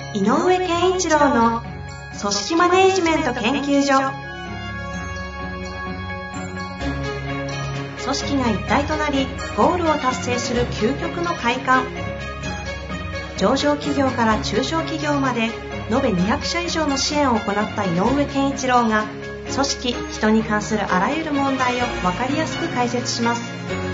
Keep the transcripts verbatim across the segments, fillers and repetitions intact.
井上健一郎の組織マネジメント研究所。組織が一体となりゴールを達成する究極の快感。上場企業から中小企業まで延べにひゃくしゃ以上の支援を行った井上健一郎が、組織・人に関するあらゆる問題を分かりやすく解説します。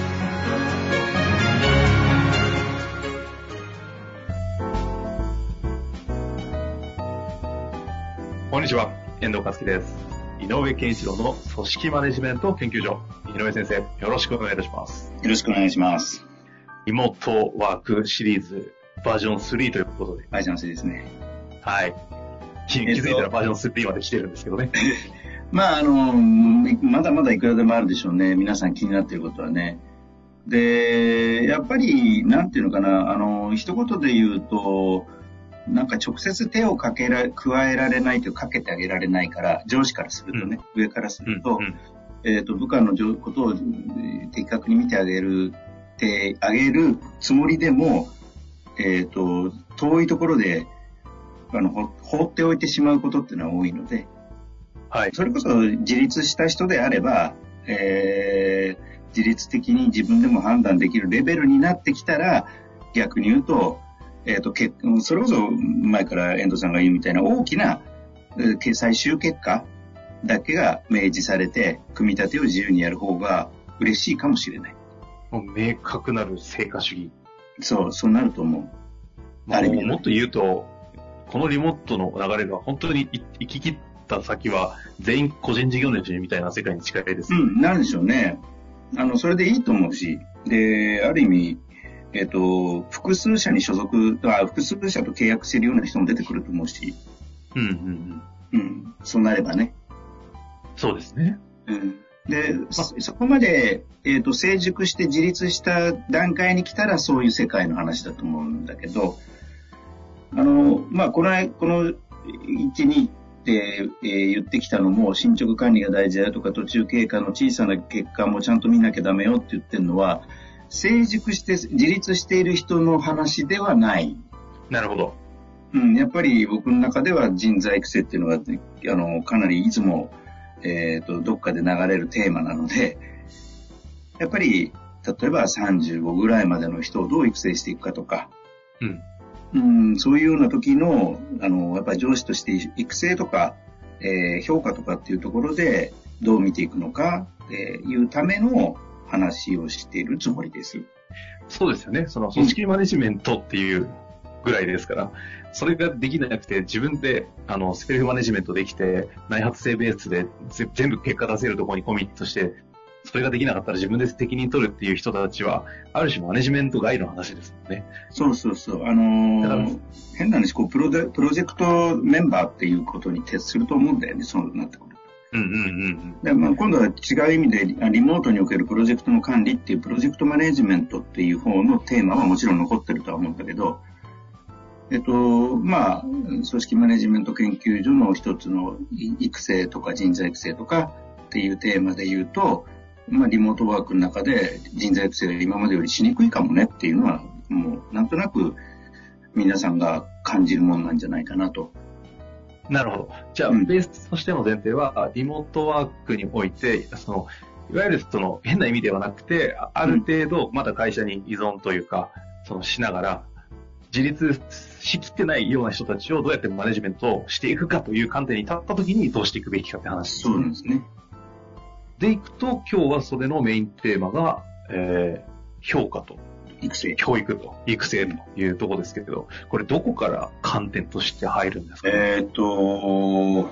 こんにちは、遠藤和樹です。井上健一郎の組織マネジメント研究所。井上先生、よろしくお願いいたします。 よろしくお願いします。 リモートワークシリーズバージョンスリーということで。 バージョンスリーですね。 はい。気づいたらバージョンスリーまで来てるんですけどね。 まあ、あの、まだまだいくらでもあるでしょうね。皆さん気になっていることはね。で、やっぱり、なんていうのかな、あの、一言で言うと、なんか直接手をかけら、加えられないというかけてあげられないから、上司からするとね、うん、上からすると、うんうん、えっと、部下のことを的確に見てあげる、てあげるつもりでも、えっと、遠いところで、あの、放っておいてしまうことっていうのは多いので、はい。それこそ自立した人であれば、えー、自律的に自分でも判断できるレベルになってきたら、逆に言うと、えっと、けそれこそ前から遠藤さんが言うみたいな大きな、えー、最終結果だけが明示されて、組み立てを自由にやる方が嬉しいかもしれない。 もう明確なる成果主義。 そう、そうなると思う。 まあ、もっと言うと、このリモートの流れが本当に行き切った先は全員個人事業主みたいな世界に近いです。 うん、なるでしょうね。あの、それでいいと思うし、で、ある意味、えっと、複数社に所属、あ、複数社と契約しているような人も出てくると思うし、 うんうんうん。うん、そうなればね。 そうですね。 うん。で、そ, そこまで、えっと、成熟して自立した段階に来たらそういう世界の話だと思うんだけど、あの、まあ、この、このいち、にって、えー、言ってきたのも、進捗管理が大事だよとか、途中経過の小さな結果もちゃんと見なきゃダメよって言ってるのは、成熟して自立している人の話ではない。 なるほど。 うん、やっぱり僕の中では人材育成っていうのが、あの、かなりいつも、えっと、どっかで流れるテーマなので、やっぱり、例えばさんじゅうごぐらいまでの人をどう育成していくかとか、 うん。 うん、そういうような時の、あの、やっぱり上司として育成とか、えー、評価とかっていうところでどう見ていくのか、えー、いうための話をしているつもりです。 そうですよね。その組織マネジメントっていうぐらいですから、うん、それができなくて自分であのセルフマネジメントできて内発性ベースで全部結果出せるところにコミットして、それができなかったら自分で責任取るっていう人たちは、ある種マネジメント外の話ですもんね。 そうそうそう。あのー、変な話、こうプロで、プロジェクトメンバーっていうことに徹すると思うんだよね、そうなってくる。 うんうんうん。 で、まあ、今度は違う意味で、リモートにおけるプロジェクトの管理っていうプロジェクトマネジメントっていう方のテーマはもちろん残ってるとは思うんだけど、えっと、まあ、組織マネジメント研究所の一つの育成とか人材育成とかっていうテーマで言うと、まあ、リモートワークの中で人材育成が今までよりしにくいかもねっていうのは、もうなんとなく皆さんが感じるものなんじゃないかなと。 なるほど。じゃあ、うん、ベースとしての前提は、リモートワークにおいて、その、いわゆるその変な意味ではなくて、ある程度まだ会社に依存というか、そのしながら、自立しきってないような人たちをどうやってマネジメントをしていくかという観点に立ったときにどうしていくべきかって話ですね。 そうなんですね。 でいくと、今日はそれのメインテーマが、えー、評価と育成、 教育と育成というところですけれど、これどこから観点として入るんですか、ね、 えっと、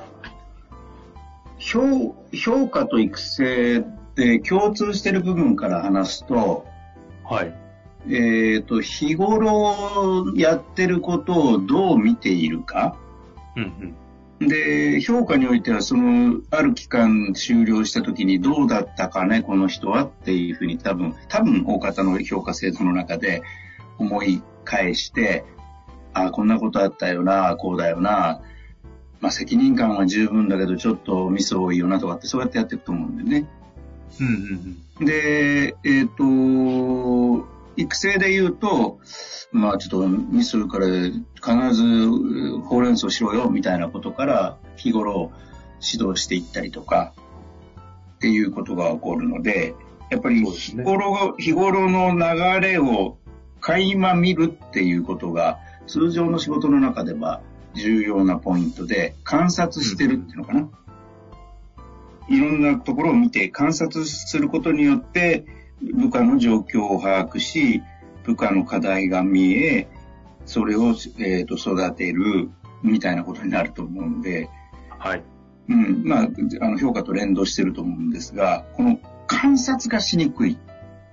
評、評価と育成で共通している部分から話すと、 はい。 えっと、日頃やってることをどう見ているか。 うんうん。で、評価においては、その、ある期間終了した時にどうだったかね、この人はっていうふうに多分、多分大方の評価制度の中で思い返して、あ、こんなことあったよな、こうだよな、まあ責任感は十分だけどちょっとミス多いよなとかってそうやってやっていくと思うんだよね。 うんうんうん。 で、えっと、 育成で言うと、まあちょっとミスするから必ずほうれん草しろよみたいなことから日頃指導していったりとかっていうことが起こるので、やっぱり日頃、日頃の流れを垣間見るっていうことが通常の仕事の中では重要なポイントで、観察してるっていうのかな。いろんなところを見て観察することによって部下の状況を把握し、部下の課題が見え、それを、えーと、育てるみたいなことになると思うので、 はい。 うん、まあ、あの評価と連動してると思うんですが、この観察がしにくい。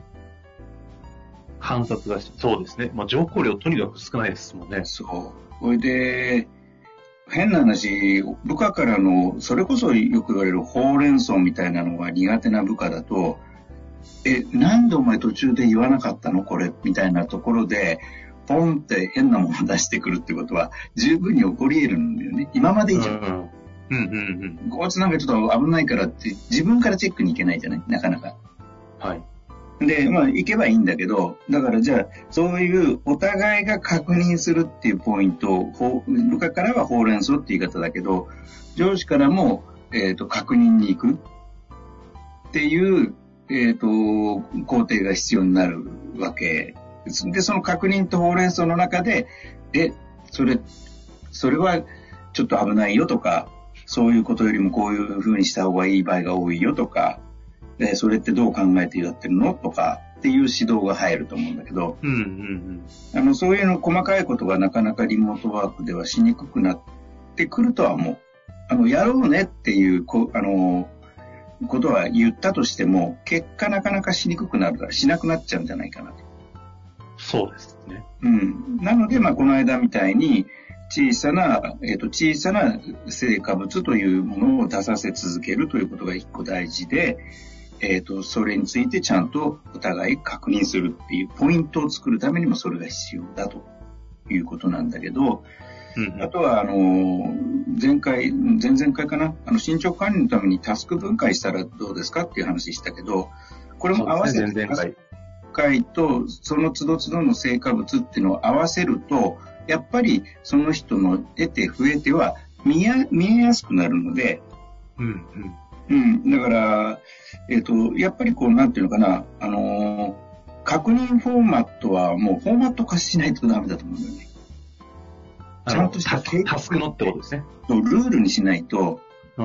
観察がし、そうですね。まあ、情報量とにかく少ないですもんね。 そう。それで、変な話、部下からの、それこそよく言われるほうれん草みたいなのが苦手な部下だと、え、なんでお前途中で言わなかったのこれみたいなところで、ポンって変なものを出してくるってことは十分に起こり得るんだよね。今まで以上。うんうんうんうん。 こいつなんかちょっと危ないからって自分からチェックに行けないじゃないなかなか。 はい。 で、まあ行けばいいんだけど、だからじゃあそういうお互いが確認するっていうポイントを、部下からはほうれん草って言い方だけど、上司からも、えっと、確認に行くっていう、えっと、工程が必要になるわけです。で、その確認とほうれん草の中で、え、それ、それはちょっと危ないよとか、そういうことよりもこういう風にした方がいい場合が多いよとか、でそれってどう考えてやってるのとかっていう指導が入ると思うんだけど、 うんうんうん、 あのそういうの細かいことがなかなかリモートワークではしにくくなってくるとは思う。あのやろうねっていうこあのことは言ったとしても、結果なかなかしにくくなるからしなくなっちゃうんじゃないかなと。 そうですね。 うん。なので、まあこの間みたいに小さな、えっと、小さな成果物というものを出させ続けるということが一個大事で、えっと、それについてちゃんとお互い確認するっていうポイントを作るためにもそれが必要だということなんだけど、うん、あとは、あの、前回、前々回かな、あの、進捗管理のためにタスク分解したらどうですかっていう話したけど、これも合わせて、タスク分解とその都度都度の成果物っていうのを合わせると、やっぱりその人の得て増えては見や、見えやすくなるので、 うんうんうん、だから、えっと、やっぱりこう、なんていうのかな、あのー、確認フォーマットはもうフォーマット化しないとダメだと思うんだよね。ちゃんとしたタスクのってことですね。 ルールにしないと、うん、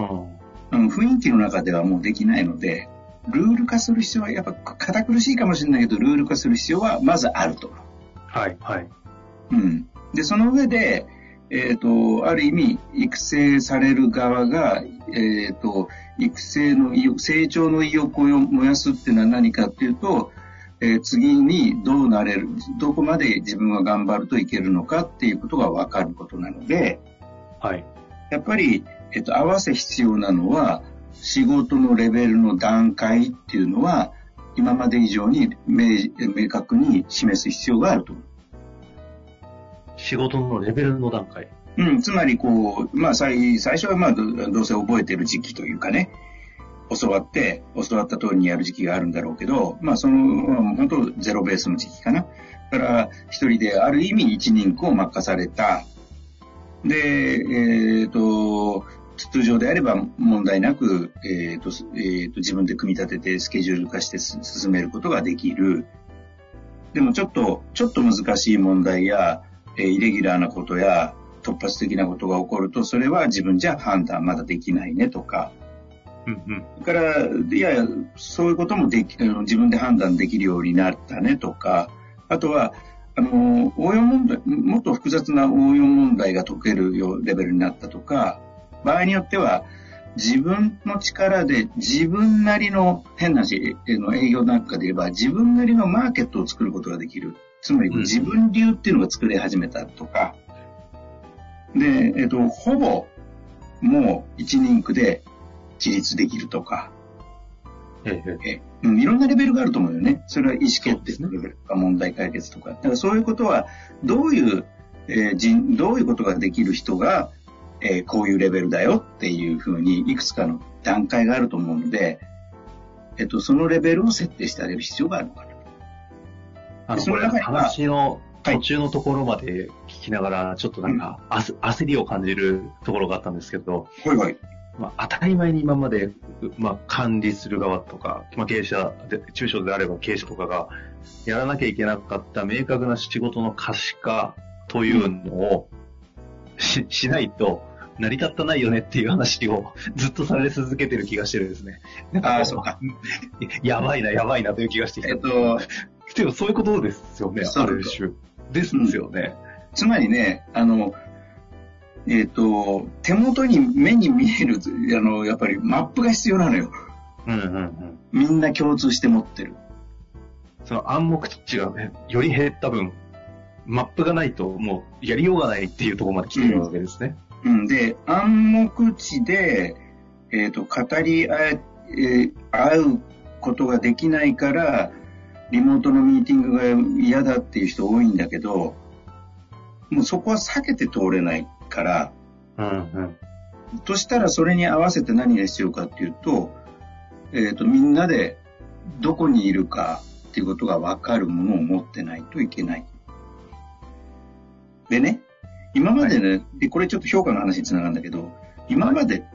雰囲気の中ではもうできないので、ルール化する必要は、やっぱ堅苦しいかもしれないけど、ルール化する必要はまずあると。 はい、はい。 うん。で、その上で、えっと、ある意味、育成される側が、えっと、育成の意欲、成長の意欲を燃やすっていうのは何かっていうと、えー、次にどうなれる、どこまで自分は頑張るといけるのかっていうことが分かることなので、 はい。 やっぱり、えっと、合わせ必要なのは、仕事のレベルの段階っていうのは、今まで以上に 明, 明確に示す必要があると思う。 仕事のレベルの段階。 うん、つまりこう、まあ最、最初はまあど、どうせ覚えてる時期というかね、教わって、教わった通りにやる時期があるんだろうけど、まあその、本当ゼロベースの時期かな。だから、一人である意味一人区を任された。で、えっと、通常であれば問題なく、えっと、えっと、自分で組み立ててスケジュール化して進めることができる。でもちょっと、ちょっと難しい問題や、えー、イレギュラーなことや突発的なことが起こると、それは自分じゃ判断まだできないねとか、 うんうん、 だからいやいやそういうこともでき自分で判断できるようになったねとか、あとはあの応用問題、もっと複雑な応用問題が解けるようレベルになったとか、場合によっては自分の力で自分なりの変な話の営業なんかで言えば自分なりのマーケットを作ることができる。つまり自分流っていうのが作り始めたとか、で、えっと、ほぼもう一人区で自立できるとか、 ええうん、いろんなレベルがあると思うよね。それは意思決定のレベルとか問題解決とか。だからそういうことはどういう、えー、人どういうことができる人が、えー、こういうレベルだよっていうふうにいくつかの段階があると思うので、えっと、そのレベルを設定してあげる必要があるのかな。 あの、これ話の途中のところまで聞きながら、ちょっとなんか、はい、焦りを感じるところがあったんですけど、 はいはい。 まあ、当たり前に今まで、まあ、管理する側とか、まあ、経営者で、中小であれば経営者とかがやらなきゃいけなかった明確な仕事の可視化というのをし、うん、しないと成り立たないよねっていう話をずっとされ続けてる気がしてるんですね。 ああ、そうか。 やばいな、やばいなという気がしてきた。 えっと、 でもそういうことですよね、ある種。ですよね。 うん、つまりね、あの、えっと、手元に目に見える、あの、やっぱりマップが必要なのよ。 うんうんうん。 みんな共通して持ってる。 その暗黙知がね、より減った分、マップがないともうやりようがないっていうところまで来てるわけですね。 うん。うん、で、暗黙知で、えっと、語り合え、えー、合うことができないから、リモートのミーティングが嫌だっていう人多いんだけど、もうそこは避けて通れないから、 うんうん、 としたらそれに合わせて何が必要かっていうと、えっと、みんなでどこにいるかっていうことが分かるものを持ってないといけない。でね、今までね、はい、でこれちょっと評価の話につながるんだけど、今までって、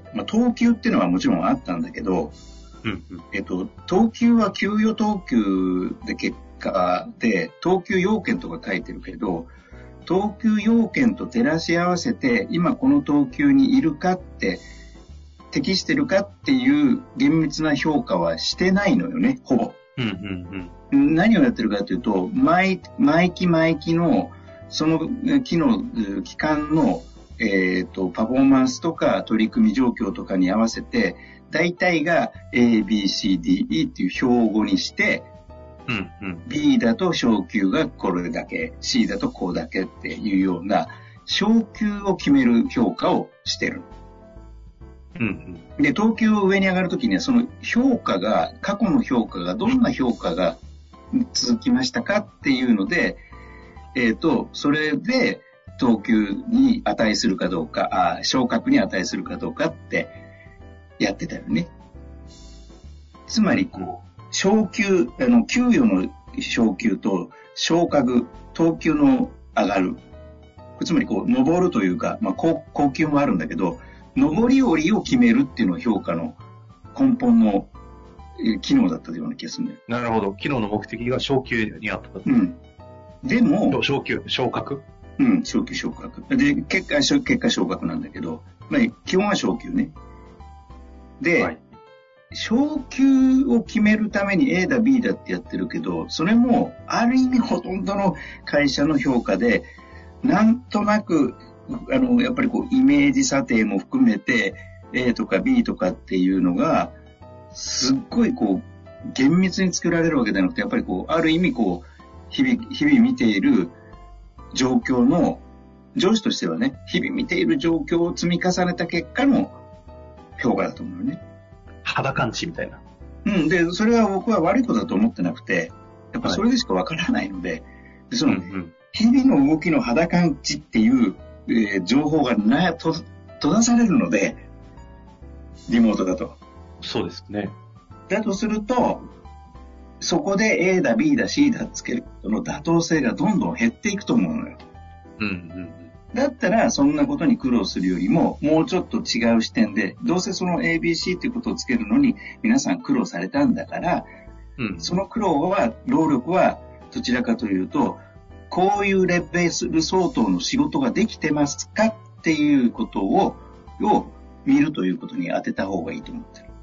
まあ、等級っていうのはもちろんあったんだけど、 うんうん、 えっと、等級は給与等級で結果で、等級要件とか書いてるけど、等級要件と照らし合わせて、今この等級にいるかって、適してるかっていう厳密な評価はしてないのよね、ほぼ。 うんうんうん、何をやってるかというと、毎、毎期毎期の、その期の、期間の、えっと、パフォーマンスとか取り組み状況とかに合わせて、大体が A、B、C、D、E っていう標語にして、 うんうん、 B だと昇級がこれだけ、C だとこうだけっていうような昇級を決める評価をしてる。 うんうん、 で、等級を上に上がるときにはその評価が、過去の評価がどんな評価が続きましたかっていうので、えっと、それで等級に値するかどうか、あ、昇格に値するかどうかってやってたよね。つまりこう、昇給、あの、給与の昇給と昇格、等級の上がる。つまりこう、上るというか、まあ、高、高級もあるんだけど、上り下りを決めるっていうのが評価の根本の、えー、機能だったような気がするんだよ。 なるほど。機能の目的が昇給にあった。 うん。でも、 昇給、昇格うん、昇給、昇格。で、結果、結果昇格なんだけど、まあ、基本は昇給ね。で、はい、昇給を決めるために A だ B だってやってるけど、それもある意味ほとんどの会社の評価で、なんとなく、あの、やっぱりこう、イメージ査定も含めて、A とか B とかっていうのが、すっごいこう、厳密に作られるわけじゃなくて、やっぱりこう、ある意味こう、日々、日々見ている状況の、上司としてはね、日々見ている状況を積み重ねた結果の評価だと思うよね。 肌感知みたいな。 うん。で、それは僕は悪いことだと思ってなくて、やっぱそれでしかわからないので、はい、でその、うんうん、日々の動きの肌感知っていう、えー、情報がな、と、閉ざされるので、リモートだと。 そうですね。 だとすると、そこで A だ B だ C だつけるその妥当性がどんどん減っていくと思うのよ。 うんうんうん。 だったらそんなことに苦労するよりももうちょっと違う視点で、どうせその エービーシー っていうことをつけるのに皆さん苦労されたんだから、うん、その苦労は労力はどちらかというと、こういうレベル相当の仕事ができてますかっていうことをを見るということに当てた方がいいと思ってる。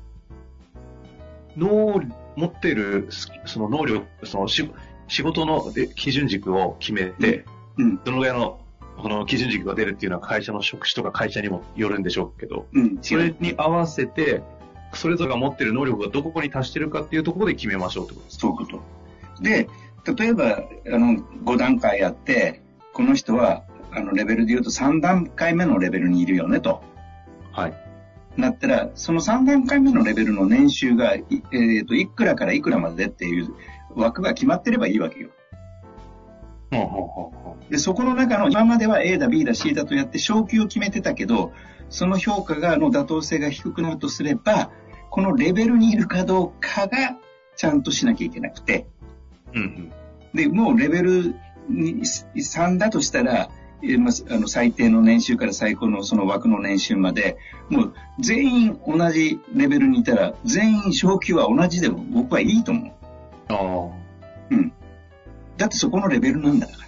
能持ってるその能力、その仕事の基準軸を決めて、うん、どのぐらいのこの基準軸が出るっていうのは会社の職種とか会社にもよるんでしょうけど、うん、それに合わせてそれぞれが持ってる能力がどこに達してるかっていうところで決めましょうってことです。 そういうこと。で、例えばあのご段階あって、この人はあのレベルで言うとさん段階目のレベルにいるよねと。 はい。 なったら、そのさん段階目のレベルの年収が、えーと、いくらからいくらまでっていう枠が決まってればいいわけよ。 ほうほうほうほう。で、そこの中の今までは A だ B だ C だとやって昇級を決めてたけど、その評価がの妥当性が低くなるとすれば、このレベルにいるかどうかがちゃんとしなきゃいけなくて、 うんうん、 で、もうレベルさんだとしたら、えまあ、あの最低の年収から最高のその枠の年収まで、もう全員同じレベルにいたら、全員昇給は同じでも僕はいいと思う。 ああ。 うん。だってそこのレベルなんだから。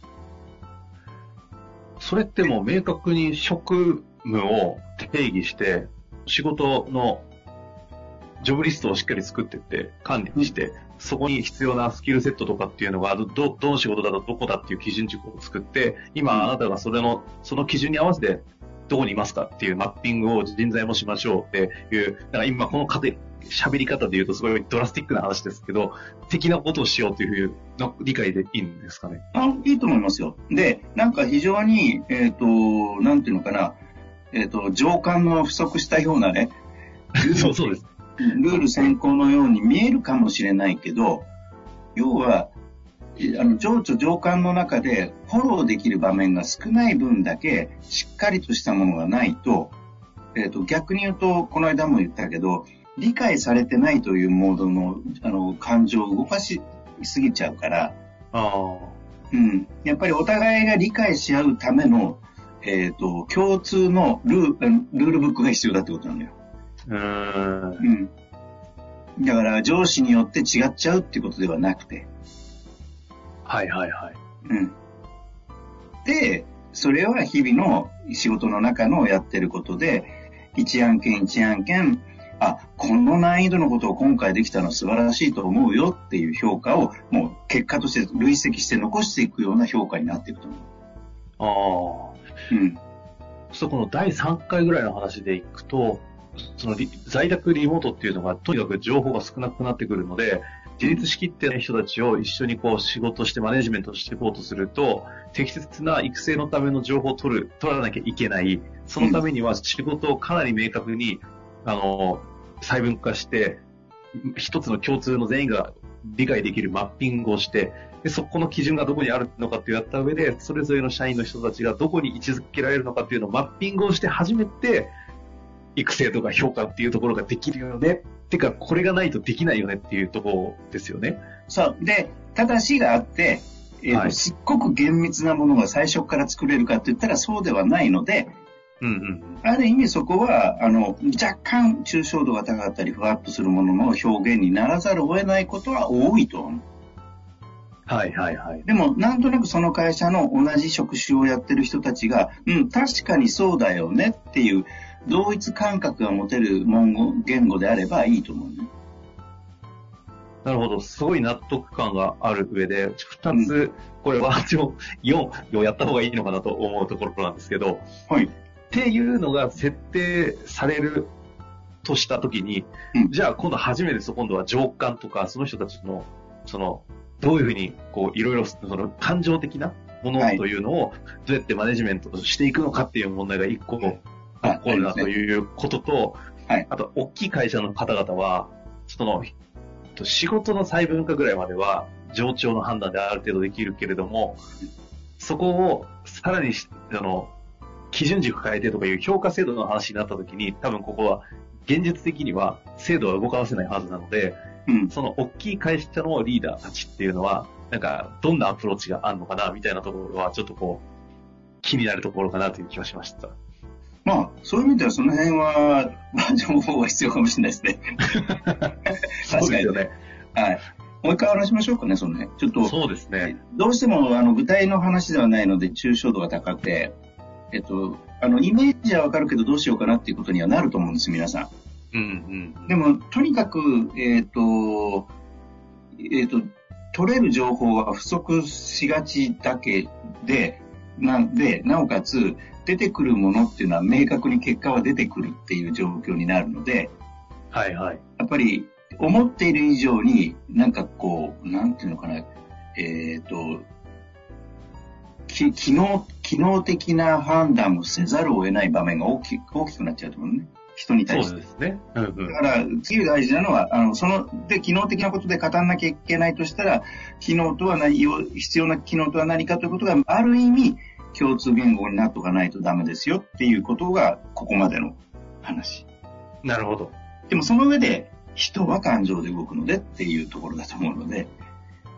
それってもう明確に職務を定義して、仕事のジョブリストをしっかり作っていって管理して、うん、そこに必要なスキルセットとかっていうのが、ど、どの仕事だとどこだっていう基準軸を作って、今あなたがそれの、その基準に合わせてどこにいますかっていうマッピングを人材もしましょうっていう、だから今この過程、喋り方で言うとすごいドラスティックな話ですけど、的なことをしようというの理解でいいんですかね。 あ、いいと思いますよ。で、なんか非常に、えっと、なんていうのかな、えっと、情感の不足したようなね、 そうそうです。 ルール先行のように見えるかもしれないけど、要は、あの情緒情感の中でフォローできる場面が少ない分だけしっかりとしたものがないと、えっと、逆に言うと、この間も言ったけど、理解されてないというモードの、あの感情を動かしすぎちゃうから、 あ、 うん、やっぱりお互いが理解し合うための、えっと、共通のルー、ルールブックが必要だってことなんだよ。 うーん、 うん。だから上司によって違っちゃうっていうことではなくて。 はいはいはい。 うん。で、それは日々の仕事の中のやってることで、一案件一案件、あ、この難易度のことを今回できたのは素晴らしいと思うよっていう評価をもう結果として累積して残していくような評価になっていくと思う。 ああ。 うん。 そう、このだいさんかいぐらいの話でいくと、その在宅リモートっていうのがとにかく情報が少なくなってくるので、自立しきってない人たちを一緒にこう仕事してマネジメントしていこうとすると、適切な育成のための情報を取る、取らなきゃいけない。そのためには仕事をかなり明確に、あの、細分化して、一つの共通の全員が理解できるマッピングをして、でそこの基準がどこにあるのかってやった上で、それぞれの社員の人たちがどこに位置づけられるのかっていうのをマッピングをして初めて、育成とか評価っていうところができるよね。てか、これがないとできないよねっていうところですよね。 そう。で、ただしがあって、えーとはい、すっごく厳密なものが最初から作れるかって言ったらそうではないので、 うんうん、 ある意味そこは、あの、若干抽象度が高かったり、ふわっとするものの表現にならざるを得ないことは多いと思う。 はいはいはい。 でも、なんとなくその会社の同じ職種をやってる人たちが、うん、確かにそうだよねっていう、同一感覚が持てる文語、言語であればいいと思うね。 なるほど。すごい納得感がある上で、二つ、うん、これはよんをやった方がいいのかなと思うところなんですけど、 はい。 っていうのが設定されるとしたときに、うん、じゃあ今度初めてそ今度は情感とか、その人たちの、その、どういうふうに、こう、いろいろ、その、感情的なものというのを、どうやってマネジメントしていくのかっていう問題が一個も、起こるなということと、 はい、 あと、大きい会社の方々は、その、仕事の細分化ぐらいまでは、上長の判断である程度できるけれども、そこをさらに、あの、基準軸変えてとかいう評価制度の話になったときに、多分ここは、現実的には制度は動かせないはずなので、うん、その大きい会社のリーダーたちっていうのは、なんか、どんなアプローチがあるのかな、みたいなところは、ちょっとこう、気になるところかなという気がしました。 まあ、そういう意味ではその辺は、情報が必要かもしれないですね。確かに。 そうですよね。 はい。もう一回話しましょうかね、そのね。ちょっと。 そうですね。 どうしても、あの、具体の話ではないので、抽象度が高くて、えっと、あの、イメージはわかるけどどうしようかなっていうことにはなると思うんです、皆さん。 うんうん。 でも、とにかく、えっと、えっと、取れる情報は不足しがちだけで、なんで、なおかつ、出てくるものっていうのは明確に結果は出てくるっていう状況になるので、 はいはい。 やっぱり思っている以上になんかこう、なんていうのかな、えっと、き機能、機能的な判断をせざるを得ない場面が大き大きくなっちゃうと思うね。人に対して。 そうですね。うんうん、 だから、次大事なのは、あの、その、で、機能的なことで語らなきゃいけないとしたら、機能とは何、必要な機能とは何かということがある意味、共通言語になっとかないとダメですよっていうことがここまでの話。 なるほど。 でもその上で人は感情で動くのでっていうところだと思うので。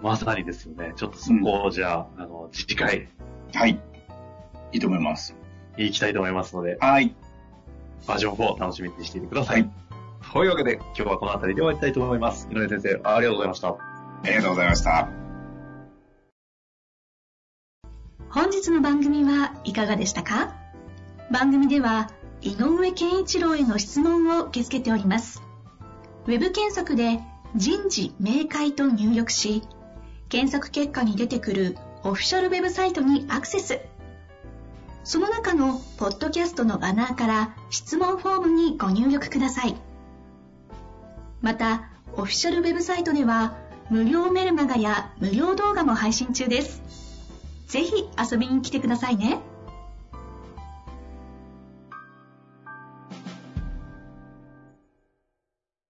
まさにですよね。ちょっとそこをじゃあ、うん、あの、次回。 はい。いいと思います。 行きたいと思いますので。 はい。 バージョンフォー楽しみにしていてください。はい、というわけで、今日はこの辺りで終わりたいと思います。井上先生、ありがとうございました。 ありがとうございました。 本日の番組はいかがでしたか？番組では、井上健一郎への質問を受け付けております。ウェブ検索で人事明快と入力し、検索結果に出てくるオフィシャルウェブサイトにアクセス。その中のポッドキャストのバナーから質問フォームにご入力ください。また、オフィシャルウェブサイトでは無料メルマガや無料動画も配信中です。ぜひ遊びに来てくださいね。